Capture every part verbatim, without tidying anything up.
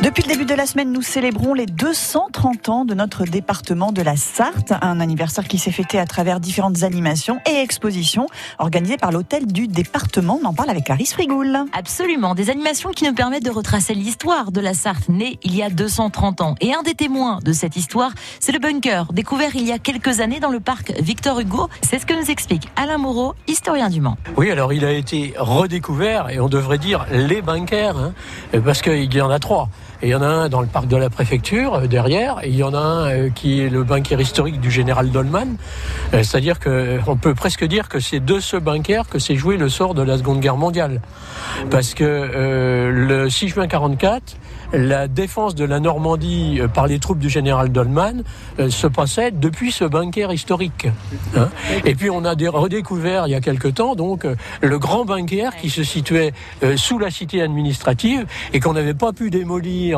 Depuis le début de la semaine, nous célébrons les deux cent trente ans de notre département de la Sarthe, un anniversaire qui s'est fêté à travers différentes animations et expositions organisées par l'hôtel du département. On en parle avec Clarisse Frigoul. Absolument, des animations qui nous permettent de retracer l'histoire de la Sarthe, née il y a deux cent trente ans. Et un des témoins de cette histoire, c'est le bunker, découvert il y a quelques années dans le parc Victor Hugo. C'est ce que nous explique Alain Moreau, historien du Mans. Oui, alors il a été redécouvert, et on devrait dire les bunkers, hein, parce qu'il y en a trois. Et il y en a un dans le parc de la préfecture, euh, derrière, et il y en a un euh, qui est le bunker historique du général Dolman. Euh, c'est-à-dire qu'on peut presque dire que c'est de ce bunker que s'est joué le sort de la Seconde Guerre mondiale. Parce que euh, le six juin quarante-quatre, la défense de la Normandie euh, par les troupes du général Dolman euh, se passait depuis ce bunker historique. Hein. Et puis on a des redécouvert il y a quelque temps donc euh, le grand bunker qui se situait euh, sous la cité administrative et qu'on n'avait pas pu démolir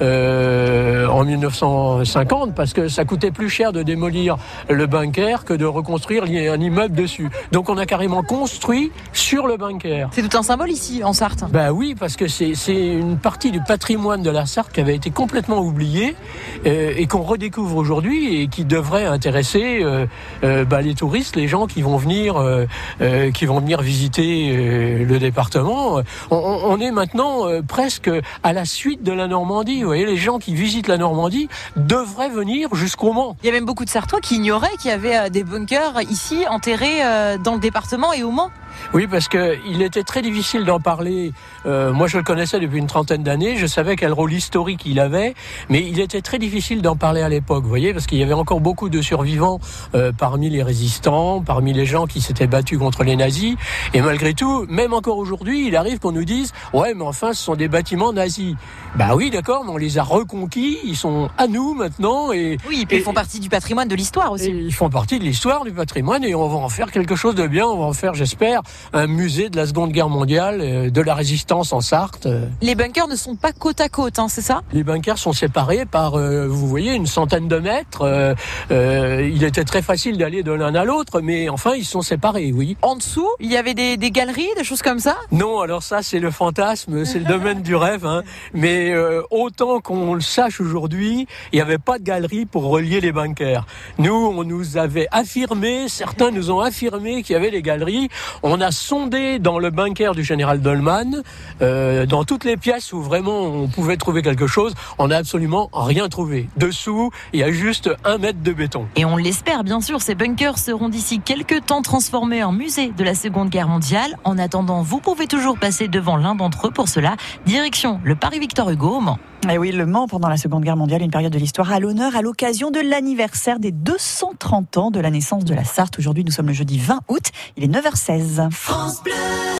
Euh, en mille neuf cent cinquante parce que ça coûtait plus cher de démolir le bunker que de reconstruire un immeuble dessus. Donc on a carrément construit sur le bunker. C'est tout un symbole ici en Sarthe. Ben oui, parce que c'est, c'est une partie du patrimoine de la Sarthe qui avait été complètement oubliée euh, et qu'on redécouvre aujourd'hui et qui devrait intéresser euh, euh, ben les touristes, les gens qui vont venir, euh, euh, qui vont venir visiter euh, le département. On, on est maintenant euh, presque à la suite de la Normandie. Normandie, vous voyez, les gens qui visitent la Normandie devraient venir jusqu'au Mans. Il y a même beaucoup de Sartois qui ignoraient qu'il y avait des bunkers ici enterrés dans le département et au Mans. Oui, parce que il était très difficile d'en parler. Euh, moi, je le connaissais depuis une trentaine d'années. Je savais quel rôle historique il avait, mais il était très difficile d'en parler à l'époque, vous voyez, parce qu'il y avait encore beaucoup de survivants euh, parmi les résistants, parmi les gens qui s'étaient battus contre les nazis. Et malgré tout, même encore aujourd'hui, il arrive qu'on nous dise « Ouais, mais enfin, ce sont des bâtiments nazis. » Bah oui, d'accord, mais on les a reconquis. Ils sont à nous maintenant. Et oui, et puis et, ils font partie du patrimoine de l'histoire aussi. Ils font partie de l'histoire, du patrimoine, et on va en faire quelque chose de bien. On va en faire, j'espère, un musée de la Seconde Guerre mondiale, de la résistance en Sarthe. Les bunkers ne sont pas côte à côte, hein, c'est ça ? Les bunkers sont séparés par, euh, vous voyez, une centaine de mètres. Euh, euh, il était très facile d'aller de l'un à l'autre, mais enfin, ils sont séparés, oui. En dessous, il y avait des, des galeries, des choses comme ça ? Non, alors ça, c'est le fantasme, c'est le domaine du rêve. Hein. Mais euh, autant qu'on le sache aujourd'hui, il n'y avait pas de galerie pour relier les bunkers. Nous, on nous avait affirmé, certains nous ont affirmé qu'il y avait des galeries. On a sondé dans le bunker du général Dolman, euh, dans toutes les pièces où vraiment on pouvait trouver quelque chose, on n'a absolument rien trouvé. Dessous, il y a juste un mètre de béton. Et on l'espère, bien sûr, ces bunkers seront d'ici quelques temps transformés en musée de la Seconde Guerre mondiale. En attendant, vous pouvez toujours passer devant l'un d'entre eux pour cela. Direction le Paris Victor Hugo au Mans. Et oui, le Mans pendant la Seconde Guerre mondiale, une période de l'histoire à l'honneur à l'occasion de l'anniversaire des deux cent trente ans de la naissance de la Sarthe. Aujourd'hui, nous sommes le jeudi vingt août, il est neuf heures seize. France Bleu.